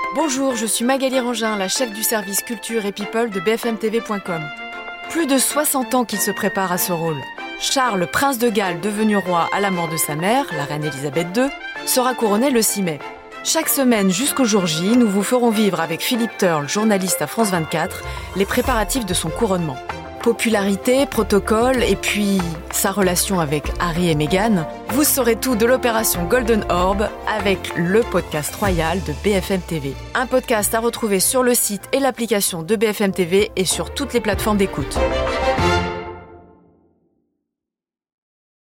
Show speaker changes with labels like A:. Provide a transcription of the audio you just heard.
A: Bonjour, je suis Magali Rangin, la chef du service culture et people de bfmtv.com. Plus de 60 ans qu'il se prépare à ce rôle. Charles, prince de Galles, devenu roi à la mort de sa mère, la reine Elisabeth II, sera couronné le 6 mai. Chaque semaine jusqu'au jour J, nous vous ferons vivre avec Philippe Turle, journaliste à France 24, les préparatifs de son couronnement. Popularité, protocole et puis sa relation avec Harry et Meghan, vous saurez tout de l'opération Golden Orb avec le podcast royal de BFM TV. Un podcast à retrouver sur le site et l'application de BFM TV et sur toutes les plateformes d'écoute.